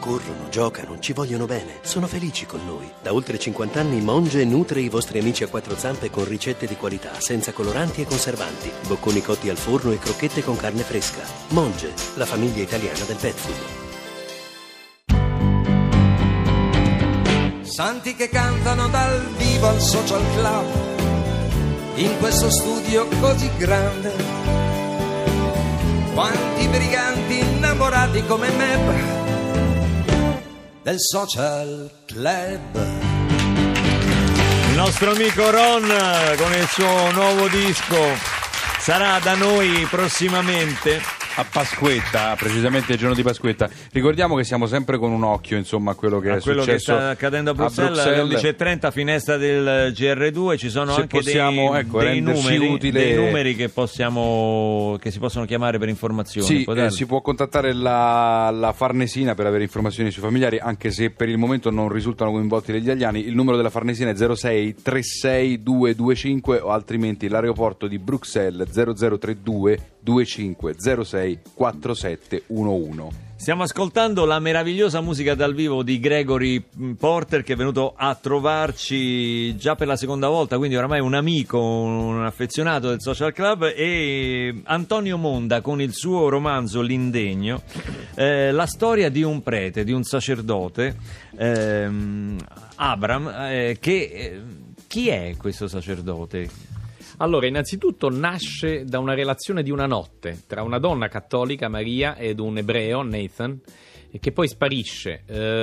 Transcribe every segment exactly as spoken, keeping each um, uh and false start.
corrono, giocano, ci vogliono bene, sono felici con noi. Da oltre cinquanta anni Monge nutre i vostri amici a quattro zampe con ricette di qualità, senza coloranti e conservanti, bocconi cotti al forno e crocchette con carne fresca. Monge, la famiglia italiana del pet food. Santi che cantano dal vivo al Social Club, in questo studio così grande. Quanti briganti innamorati come me del Social Club. Il nostro amico Ron con il suo nuovo disco sarà da noi prossimamente. A Pasquetta, precisamente il giorno di Pasquetta. Ricordiamo che siamo sempre con un occhio, insomma, a quello che a è quello successo che sta accadendo a Bruxelles, a Bruxelles. alle undici e trenta, finestra del G R due. Ci sono Se anche possiamo, dei, ecco, dei, numeri, utile... dei numeri che possiamo che si possono chiamare per informazioni. Sì, eh, si può contattare la, la Farnesina per avere informazioni sui familiari, anche se per il momento non risultano coinvolti degli italiani. Il numero della Farnesina è zero sei trentasei duecentoventicinque o altrimenti l'aeroporto di Bruxelles zero zero trentadue venticinque zero sei quarantasette undici. Stiamo ascoltando la meravigliosa musica dal vivo di Gregory Porter, che è venuto a trovarci già per la seconda volta, quindi oramai un amico, un affezionato del Social Club, e Antonio Monda con il suo romanzo L'Indegno, eh, la storia di un prete, di un sacerdote, ehm, Abram, eh, che eh, chi è questo sacerdote? Allora, innanzitutto nasce da una relazione di una notte tra una donna cattolica, Maria, ed un ebreo, Nathan, che poi sparisce.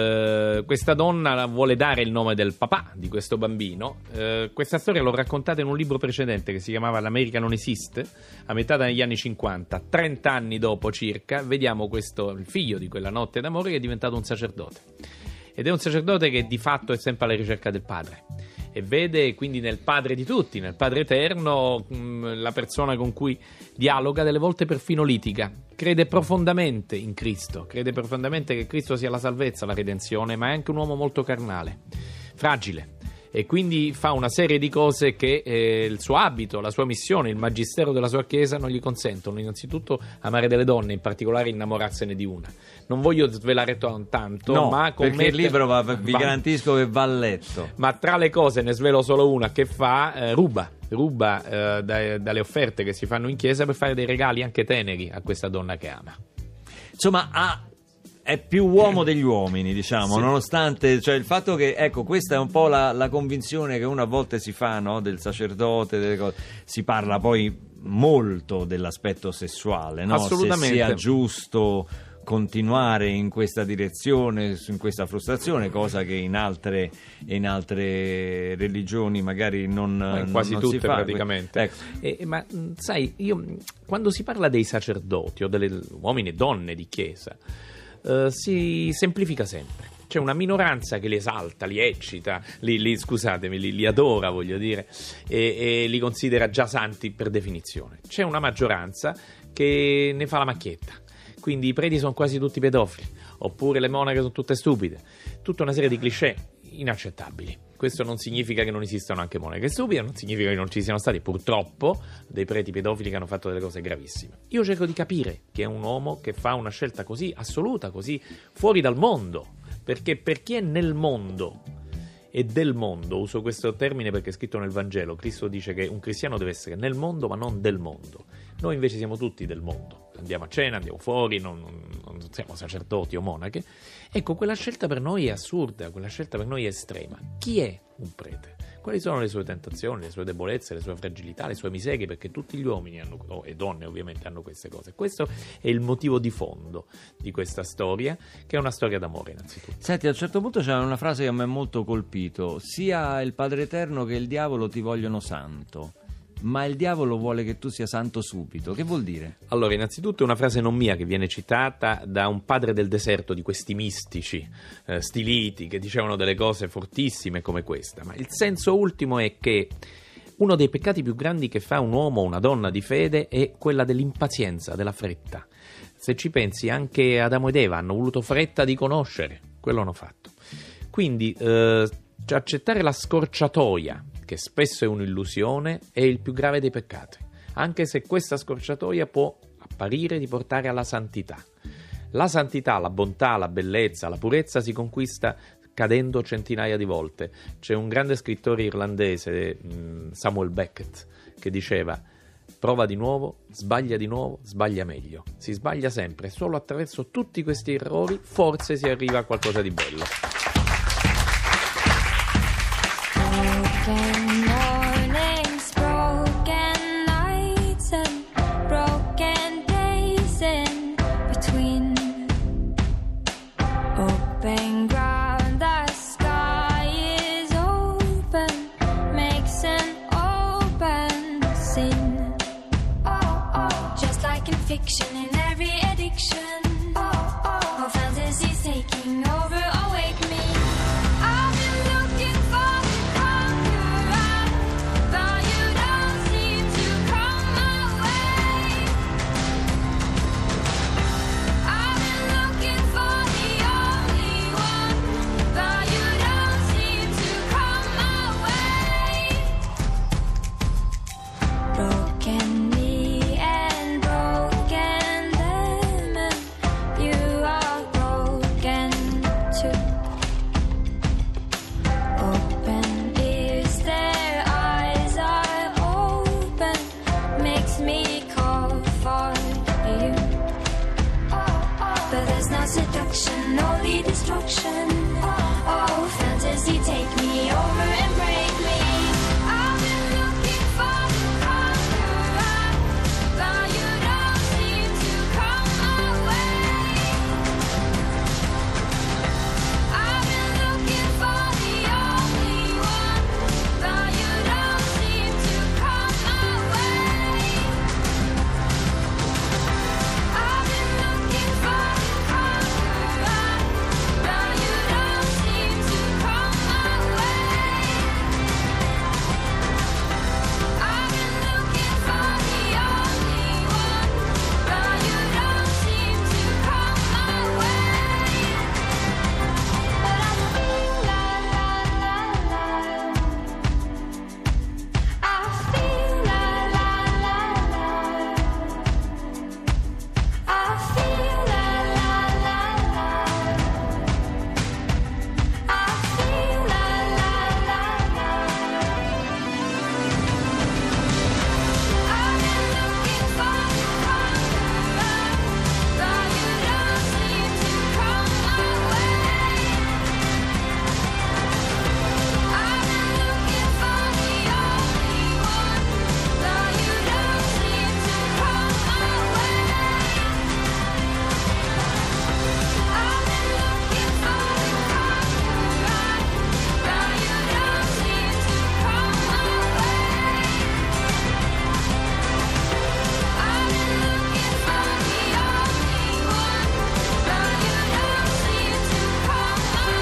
Eh, questa donna vuole dare il nome del papà di questo bambino. Eh, questa storia l'ho raccontata in un libro precedente che si chiamava L'America non esiste, a metà degli anni cinquanta. trent'anni dopo circa, vediamo questo, il figlio di quella notte d'amore, che è diventato un sacerdote. Ed è un sacerdote che di fatto è sempre alla ricerca del padre. E vede quindi nel padre di tutti, nel padre eterno, mh, la persona con cui dialoga, delle volte perfino litiga. Crede profondamente in Cristo, crede profondamente che Cristo sia la salvezza, la redenzione, ma è anche un uomo molto carnale, fragile. E quindi fa una serie di cose che eh, il suo abito, la sua missione, il magistero della sua chiesa non gli consentono. Innanzitutto amare delle donne, in particolare innamorarsene di una. Non voglio svelare t- tanto, no, ma perché commette... il libro va, vi va... garantisco che va letto. Ma tra le cose, ne svelo solo una, che fa, eh, ruba, ruba eh, da, dalle offerte che si fanno in chiesa per fare dei regali anche teneri a questa donna che ama. Insomma, ha... è più uomo degli uomini, diciamo, sì. Nonostante, cioè il fatto che, ecco, questa è un po' la, la convinzione che uno a volte si fa, no? Del sacerdote, delle cose. Si parla poi molto dell'aspetto sessuale, no? Assolutamente. Se sia giusto continuare in questa direzione, in questa frustrazione, cosa che in altre, in altre religioni magari non, ma in quasi non tutte si fa. Praticamente. Ecco. E, ma sai, io quando si parla dei sacerdoti o delle uomini e donne di chiesa, Uh, si semplifica sempre. C'è una minoranza che li esalta, li eccita, li, li, scusatemi, li, li adora, voglio dire, e, e li considera già santi per definizione. C'è una maggioranza che ne fa la macchietta. Quindi i preti sono quasi tutti pedofili, oppure le monache sono tutte stupide. Tutta una serie di cliché inaccettabili. Questo non significa che non esistano anche monache stupide, non significa che non ci siano stati purtroppo dei preti pedofili che hanno fatto delle cose gravissime. Io cerco di capire che è un uomo che fa una scelta così assoluta, così fuori dal mondo, perché per chi è nel mondo e del mondo, uso questo termine perché è scritto nel Vangelo, Cristo dice che un cristiano deve essere nel mondo ma non del mondo. Noi invece siamo tutti del mondo, andiamo a cena, andiamo fuori, non, non, non siamo sacerdoti o monache. Ecco, quella scelta per noi è assurda, quella scelta per noi è estrema. Chi è un prete? Quali sono le sue tentazioni, le sue debolezze, le sue fragilità, le sue miserie? Perché tutti gli uomini hanno, oh, e donne ovviamente hanno queste cose. Questo è il motivo di fondo di questa storia, che è una storia d'amore innanzitutto. Senti, a un certo punto c'è una frase che mi ha molto colpito: sia il Padre Eterno che il diavolo ti vogliono santo, ma il diavolo vuole che tu sia santo subito. Che vuol dire? Allora, innanzitutto è una frase non mia che viene citata da un padre del deserto di questi mistici eh, stiliti che dicevano delle cose fortissime come questa, ma il senso ultimo è che uno dei peccati più grandi che fa un uomo o una donna di fede è quella dell'impazienza, della fretta. Se ci pensi, anche Adamo ed Eva hanno voluto fretta di conoscere, quello hanno fatto. Quindi eh, accettare la scorciatoia, che spesso è un'illusione, è il più grave dei peccati, anche se questa scorciatoia può apparire di portare alla santità. La santità, la bontà, la bellezza, la purezza si conquista cadendo centinaia di volte. C'è un grande scrittore irlandese, Samuel Beckett, che diceva: prova di nuovo, sbaglia di nuovo, sbaglia meglio. Si sbaglia sempre, solo attraverso tutti questi errori forse si arriva a qualcosa di bello. Broken mornings, broken nights, and broken days in between. Open ground, the sky is open, makes an open scene. Oh, oh, just like in fiction, in every addiction. Oh, oh, oh, fantasies taking over, awake me. I've been looking for the conqueror, but you don't seem to come my way. I've been looking for the only one, but you don't seem to come my way. Broken me and broken them, and you are broken too. Open ears, their eyes are open, makes me call for you. But there's no seduction, only destruction. Oh, fantasy, take me over and break me. I've been looking for the conqueror, but you don't seem to come my way. I've been looking for the only one, but you don't seem to come my way. I've been looking for the conqueror, but you don't seem to come my way. I've been looking for the only one, but you don't seem to come my way. But I feel la la la la. I feel la la la la. I feel la la la la. I feel la la la la. I've been looking for the conqueror, but you don't seem to come my way. I've been looking for the only one, but you don't seem to come my way. I've been looking for the conqueror, but you don't seem to come my way. I've been looking for the only one, but you don't seem to come my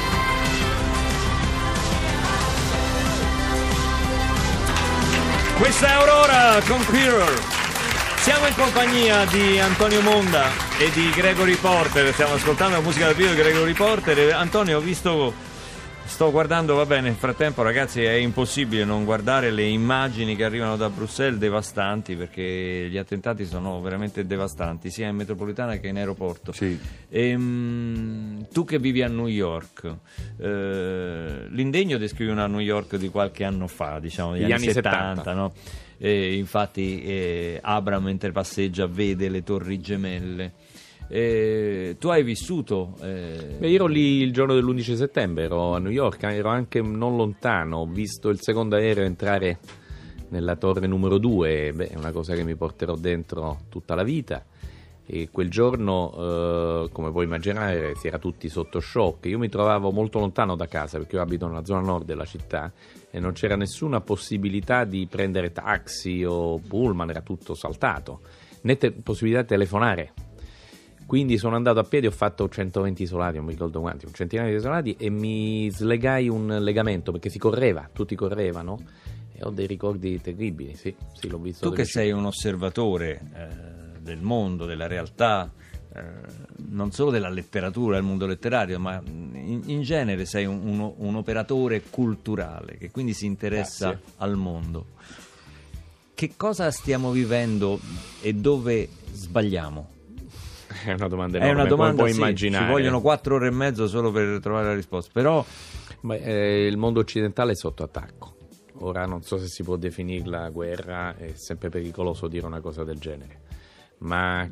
way. Questa è Aurora Conqueror. Siamo in compagnia di Antonio Monda e di Gregory Porter. Stiamo ascoltando la musica dal vivo di Gregory Porter. E, Antonio, ho visto, sto guardando, va bene, nel frattempo, ragazzi, è impossibile non guardare le immagini che arrivano da Bruxelles, devastanti, perché gli attentati sono veramente devastanti, sia in metropolitana che in aeroporto. Sì. Ehm, tu che vivi a New York, eh, l'Indegno descrive una New York di qualche anno fa, diciamo degli Gli anni, anni settanta, settanta. no? E infatti eh, Abram, mentre passeggia, vede le torri gemelle. Eh, tu hai vissuto eh... Beh, io ero lì il giorno dell'undici settembre, ero a New York, ero anche non lontano, ho visto il secondo aereo entrare nella torre numero due. Beh, è una cosa che mi porterò dentro tutta la vita. E quel giorno, eh, come puoi immaginare, si era tutti sotto shock. Io mi trovavo molto lontano da casa, perché io abito nella zona nord della città e non c'era nessuna possibilità di prendere taxi o pullman, era tutto saltato, né te- possibilità di telefonare. Quindi sono andato a piedi, ho fatto centoventi isolati, non mi ricordo quanti, un centinaio di isolati, e mi slegai un legamento, perché si correva, tutti correvano, e ho dei ricordi terribili, sì, sì, l'ho visto. Tu che sei un osservatore eh, del mondo, della realtà, eh, non solo della letteratura, del mondo letterario, ma in, in genere sei un, uno, un operatore culturale, che quindi si interessa Grazie. al mondo. Che cosa stiamo vivendo e dove sbagliamo? È una domanda È enorme, una domanda, puoi sì, immaginare. ci vogliono quattro ore e mezzo solo per trovare la risposta, però Beh, eh, il mondo occidentale è sotto attacco. Ora non so se si può definirla guerra, è sempre pericoloso dire una cosa del genere. Ma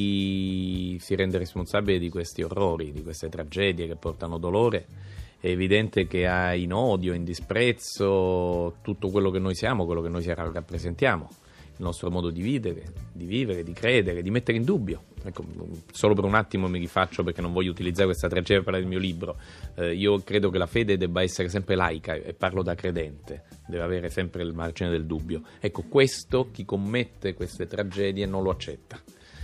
chi si rende responsabile di questi orrori, di queste tragedie che portano dolore, è evidente che ha in odio, in disprezzo tutto quello che noi siamo, quello che noi rappresentiamo, il nostro modo di vivere, di vivere, di credere, di mettere in dubbio. Ecco, solo per un attimo mi rifaccio perché non voglio utilizzare questa tragedia per parlare del mio libro. Eh, io credo che la fede debba essere sempre laica e parlo da credente, deve avere sempre il margine del dubbio. Ecco, questo, chi commette queste tragedie non lo accetta.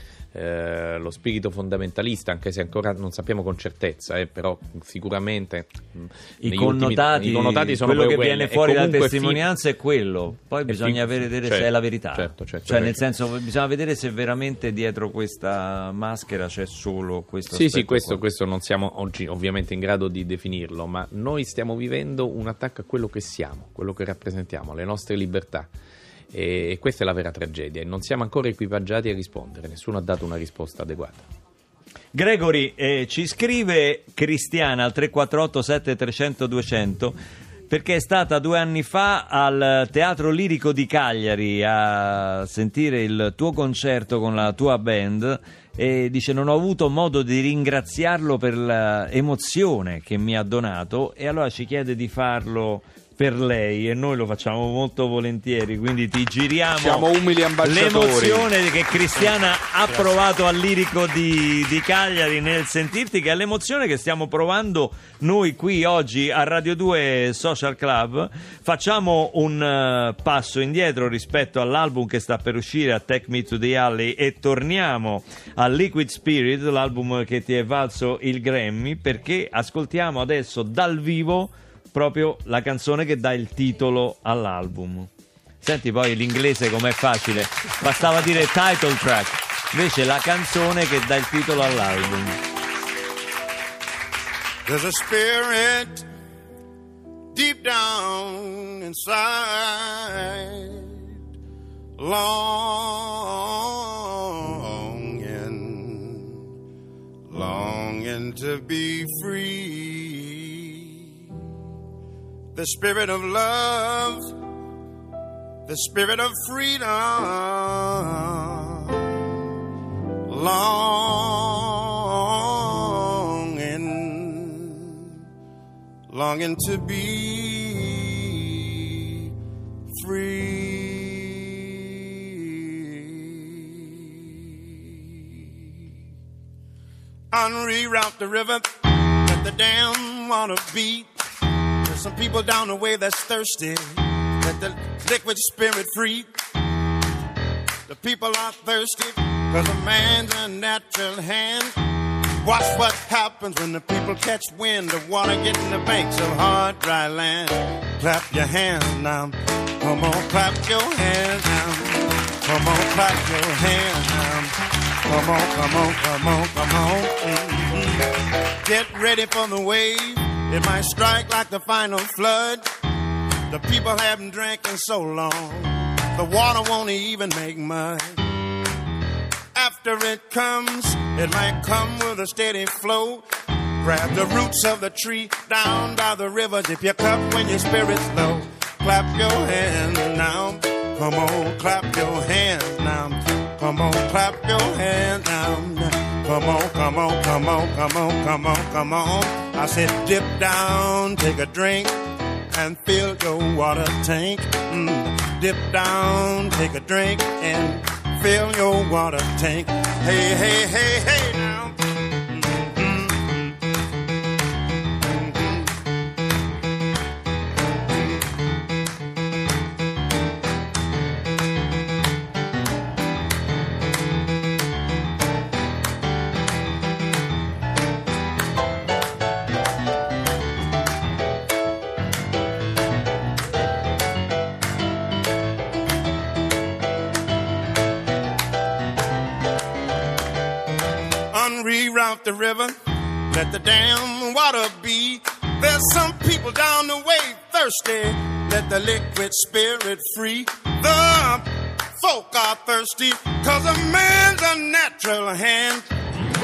Eh, lo spirito fondamentalista, anche se ancora non sappiamo con certezza, eh, però sicuramente mh, i connotati, ultimi, i connotati sono quello che quelli. viene fuori dalla fi- testimonianza è quello, poi è bisogna fi- vedere certo, se è la verità, certo, certo, cioè certo. nel senso bisogna vedere se veramente dietro questa maschera c'è solo questo Sì, aspetto sì, questo, qua. questo non siamo oggi ovviamente in grado di definirlo, ma noi stiamo vivendo un attacco a quello che siamo, quello che rappresentiamo, le nostre libertà. E questa è la vera tragedia e non siamo ancora equipaggiati a rispondere, nessuno ha dato una risposta adeguata. Gregory eh, ci scrive Cristiana al tre quattro otto sette trecento duecento perché è stata due anni fa al Teatro Lirico di Cagliari a sentire il tuo concerto con la tua band e dice non ho avuto modo di ringraziarlo per l'emozione che mi ha donato e allora ci chiede di farlo per lei e noi lo facciamo molto volentieri, quindi ti giriamo Siamo umili ambasciatori. l'emozione che Cristiana ha provato al Lirico di, di Cagliari nel sentirti, che è l'emozione che stiamo provando noi qui oggi a Radio due Social Club. Facciamo un uh, passo indietro rispetto all'album che sta per uscire, a Take Me to the Alley, e torniamo a Liquid Spirit, l'album che ti è valso il Grammy, perché ascoltiamo adesso dal vivo proprio la canzone che dà il titolo all'album. Senti poi l'inglese com'è facile, bastava dire title track, invece la canzone che dà il titolo all'album. There's a spirit deep down inside, longing, longing to be free. The spirit of love, the spirit of freedom, longing, longing to be free. Unreroute the river, let the damn water beat. Some people down the way that's thirsty, let the liquid spirit free. The people are thirsty cause a man's a natural hand. Watch what happens when the people catch wind of water getting the banks of hard, dry land. Clap your hands now, come on, clap your hands now. Come on, clap your hands now. Come on, come on, come on, come on. Mm-hmm. Get ready for the wave. It might strike like the final flood. The people haven't drank in so long, the water won't even make mud. After it comes, it might come with a steady flow. Grab the roots of the tree down by the river. Dip your cup when your spirit's low. Clap your hands now. Come on, clap your hands now. Come on, clap your hands now. Come on, come on, come on, come on, come on, come on. I said dip down, take a drink, and fill your water tank. Mm. Dip down, take a drink, and fill your water tank. Hey, hey, hey, hey now. Reroute the river, let the damn water be. There's some people down the way thirsty, let the liquid spirit free. The folk are thirsty, cause a man's a natural hand.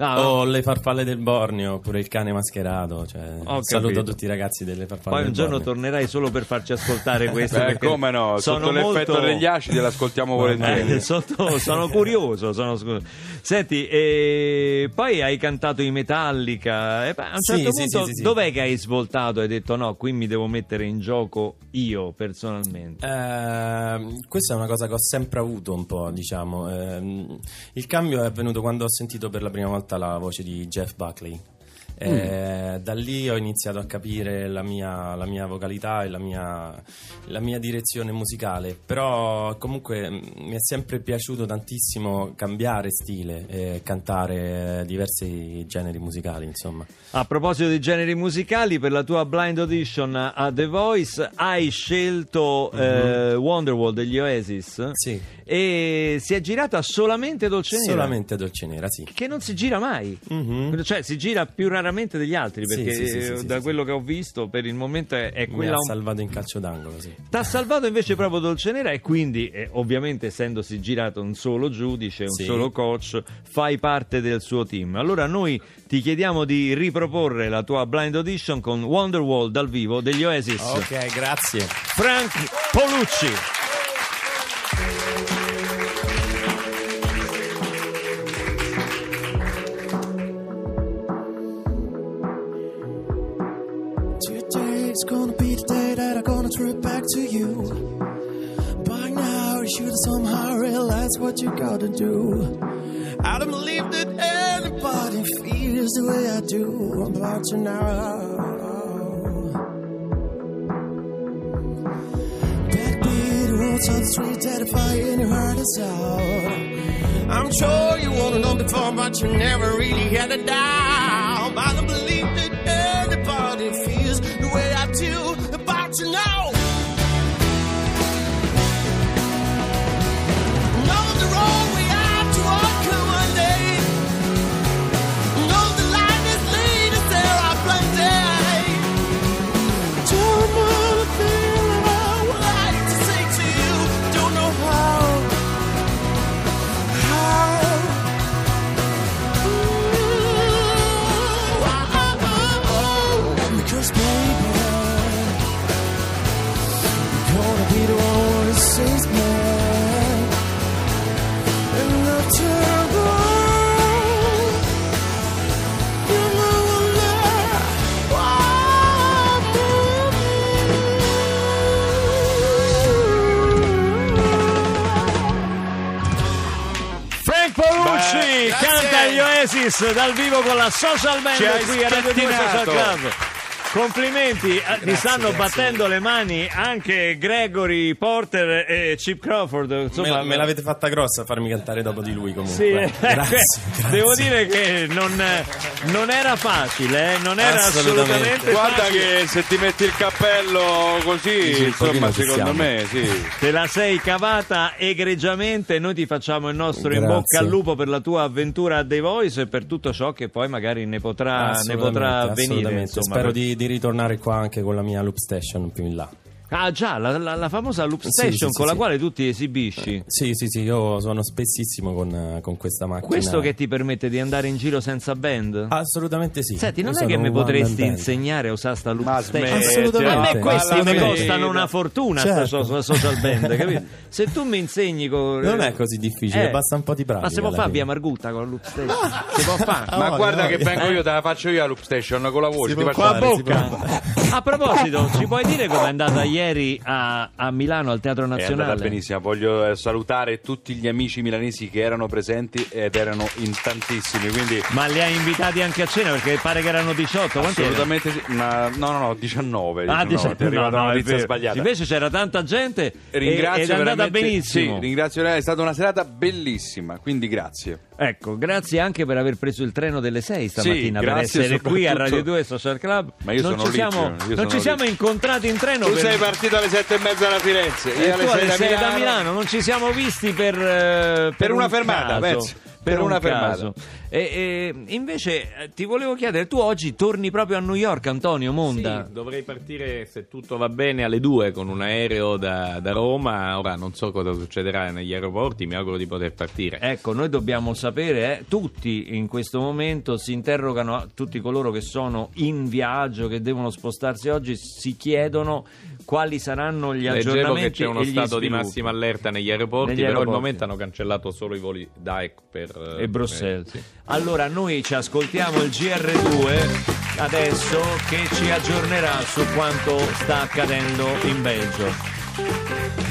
Ah, o le farfalle del Borneo, oppure il cane mascherato. Cioè, Ho saluto capito. tutti i ragazzi delle farfalle Poi un del giorno Borneo. tornerai solo per farci ascoltare questo. Beh, perché come no, sono sotto l'effetto molto... degli acidi l'ascoltiamo volentieri. Eh, sotto- sono curioso, sono scu- Senti, e poi hai cantato i Metallica, e a un Sì, certo sì, punto sì, sì, sì. dov'è che hai svoltato e hai detto no, qui mi devo mettere in gioco io personalmente? Eh, questa è una cosa che ho sempre avuto un po', diciamo. Eh, il cambio è avvenuto quando ho sentito per la prima volta la voce di Jeff Buckley. Eh, Da lì ho iniziato a capire la mia, la mia vocalità e la mia, la mia direzione musicale, però comunque mh, mi è sempre piaciuto tantissimo cambiare stile e cantare diversi generi musicali, insomma. A proposito di generi musicali, per la tua blind audition a The Voice hai scelto eh, Wonderwall degli Oasis. Sì. E si è girata solamente Dolce Nera, Solamente Dolce Nera, sì. che non si gira mai. Mhm. Cioè si gira più raramente degli altri, Sì, perché sì, sì, sì, eh, sì, da sì, quello che ho visto per il momento è, è Mi quella ha un... salvato in calcio d'angolo, sì. T'ha salvato invece proprio Dolce Nera, e quindi eh, ovviamente essendosi girato un solo giudice, un Sì. solo coach, fai parte del suo team. Allora noi ti chiediamo di riproporre la tua blind audition con Wonderwall dal vivo degli Oasis. Ok, grazie. Frank Polucci. Today's gonna be the day that I'm gonna trip back to you. By now you should have somehow realized what you gotta do. I don't believe that anybody feels the way I do about you now. Backbeat roads on the street that are fire in your heart is out. I'm sure you wanna know before, but you never really had a doubt. I don't believe that anybody feels the way I do about you now. Know the road we have to walk one day. Know the line is leading there are plenty. Don't know the thing that I would like to say to you. Don't know how. How. Ooh, oh, oh, oh. Because baby, you're gonna be the one who saves me. And the turbo, you know I'm there. Frank Polucci Beh, grazie. canta gli Oasis dal vivo con la Social Band Ci hai qui a Radio due Social spettinato. Club. Complimenti, eh, ti stanno grazie. battendo le mani anche Gregory Porter e Chip Crawford. Insomma, me, me l'avete fatta grossa a farmi cantare dopo di lui, comunque. Sì, eh, grazie, grazie. devo dire che non, non era facile, eh, non era Assolutamente. assolutamente Guarda facile. che se ti metti il cappello così, Sì, un insomma, pochino ci secondo siamo. me, sì. Te la sei cavata egregiamente, noi ti facciamo il nostro in Grazie. bocca al lupo per la tua avventura a The Voice e per tutto ciò che poi magari ne potrà, ne potrà Assolutamente, avvenire. assolutamente. Insomma. Spero di, di ritornare qua anche con la mia loop station più in là. Ah già, la, la- la famosa loop Sì, station sì, con sì, la sì. quale tu ti esibisci. Sì, sì, sì, io sono spessissimo con, eh, con questa macchina. Questo che ti permette di andare in giro senza band? Assolutamente sì. Senti, non Io è che sono mi un one potresti man band. insegnare a usare sta loop Ma station? smetti, Assolutamente. A me Falla queste mi vedere. costano una fortuna, sta Certo. so- social band, capito? Se tu mi insegni con... Non è così difficile, Eh, basta un po' di pratica. Ma si può alla fare via fine. Margutta con la loop station? Si può fare? Ah, Ma voglia, guarda che voglia. vengo io, te la faccio io a loop station con la voce. Si ti può faccio- Con la fare, si bocca. può fare. A proposito, ci puoi dire com'è andata ieri a, a Milano al Teatro È andata Nazionale? benissimo, voglio eh, salutare tutti gli amici milanesi che erano presenti ed erano in tantissimi, quindi Ma li hai invitati anche a cena perché pare che erano diciotto? Quanti erano? assolutamente sì. Ma- no, no, no, diciannove. Ah, diciannove, diciotto. ti è arrivata No, no, una è notizia vero. sbagliata. Invece c'era tanta gente e- Ringrazio ed è andata veramente- benissimo. Sì, ringrazio, è stata una serata bellissima, quindi grazie. Ecco, grazie anche per aver preso il treno delle sei stamattina Sì, per grazie essere qui a soprattutto. Radio due Social Club. Ma io non sono ci lì, siamo, io non sono ci lì. siamo incontrati in treno Tu per... sei partito alle sette e mezza da Firenze, e io alle tu sei alle da sei Milano. da Milano, non ci siamo visti per, eh, Per una un fermata, caso. penso. per, Per un una caso. E, e invece eh, ti volevo chiedere, tu oggi torni proprio a New York, Antonio Monda? Sì, dovrei partire, se tutto va bene, alle due con un aereo da, da Roma. Ora non so cosa succederà negli aeroporti, mi auguro di poter partire. Ecco, noi dobbiamo sapere, eh, tutti in questo momento si interrogano, tutti coloro che sono in viaggio, che devono spostarsi oggi, si chiedono quali saranno gli Leggevo aggiornamenti che c'è uno e gli stato di sviluppi. massima allerta negli aeroporti, Negli però aeroporti. al momento hanno cancellato solo i voli D A E C per E Bruxelles. eh, sì. Allora noi ci ascoltiamo il G R due adesso, che ci aggiornerà su quanto sta accadendo in Belgio.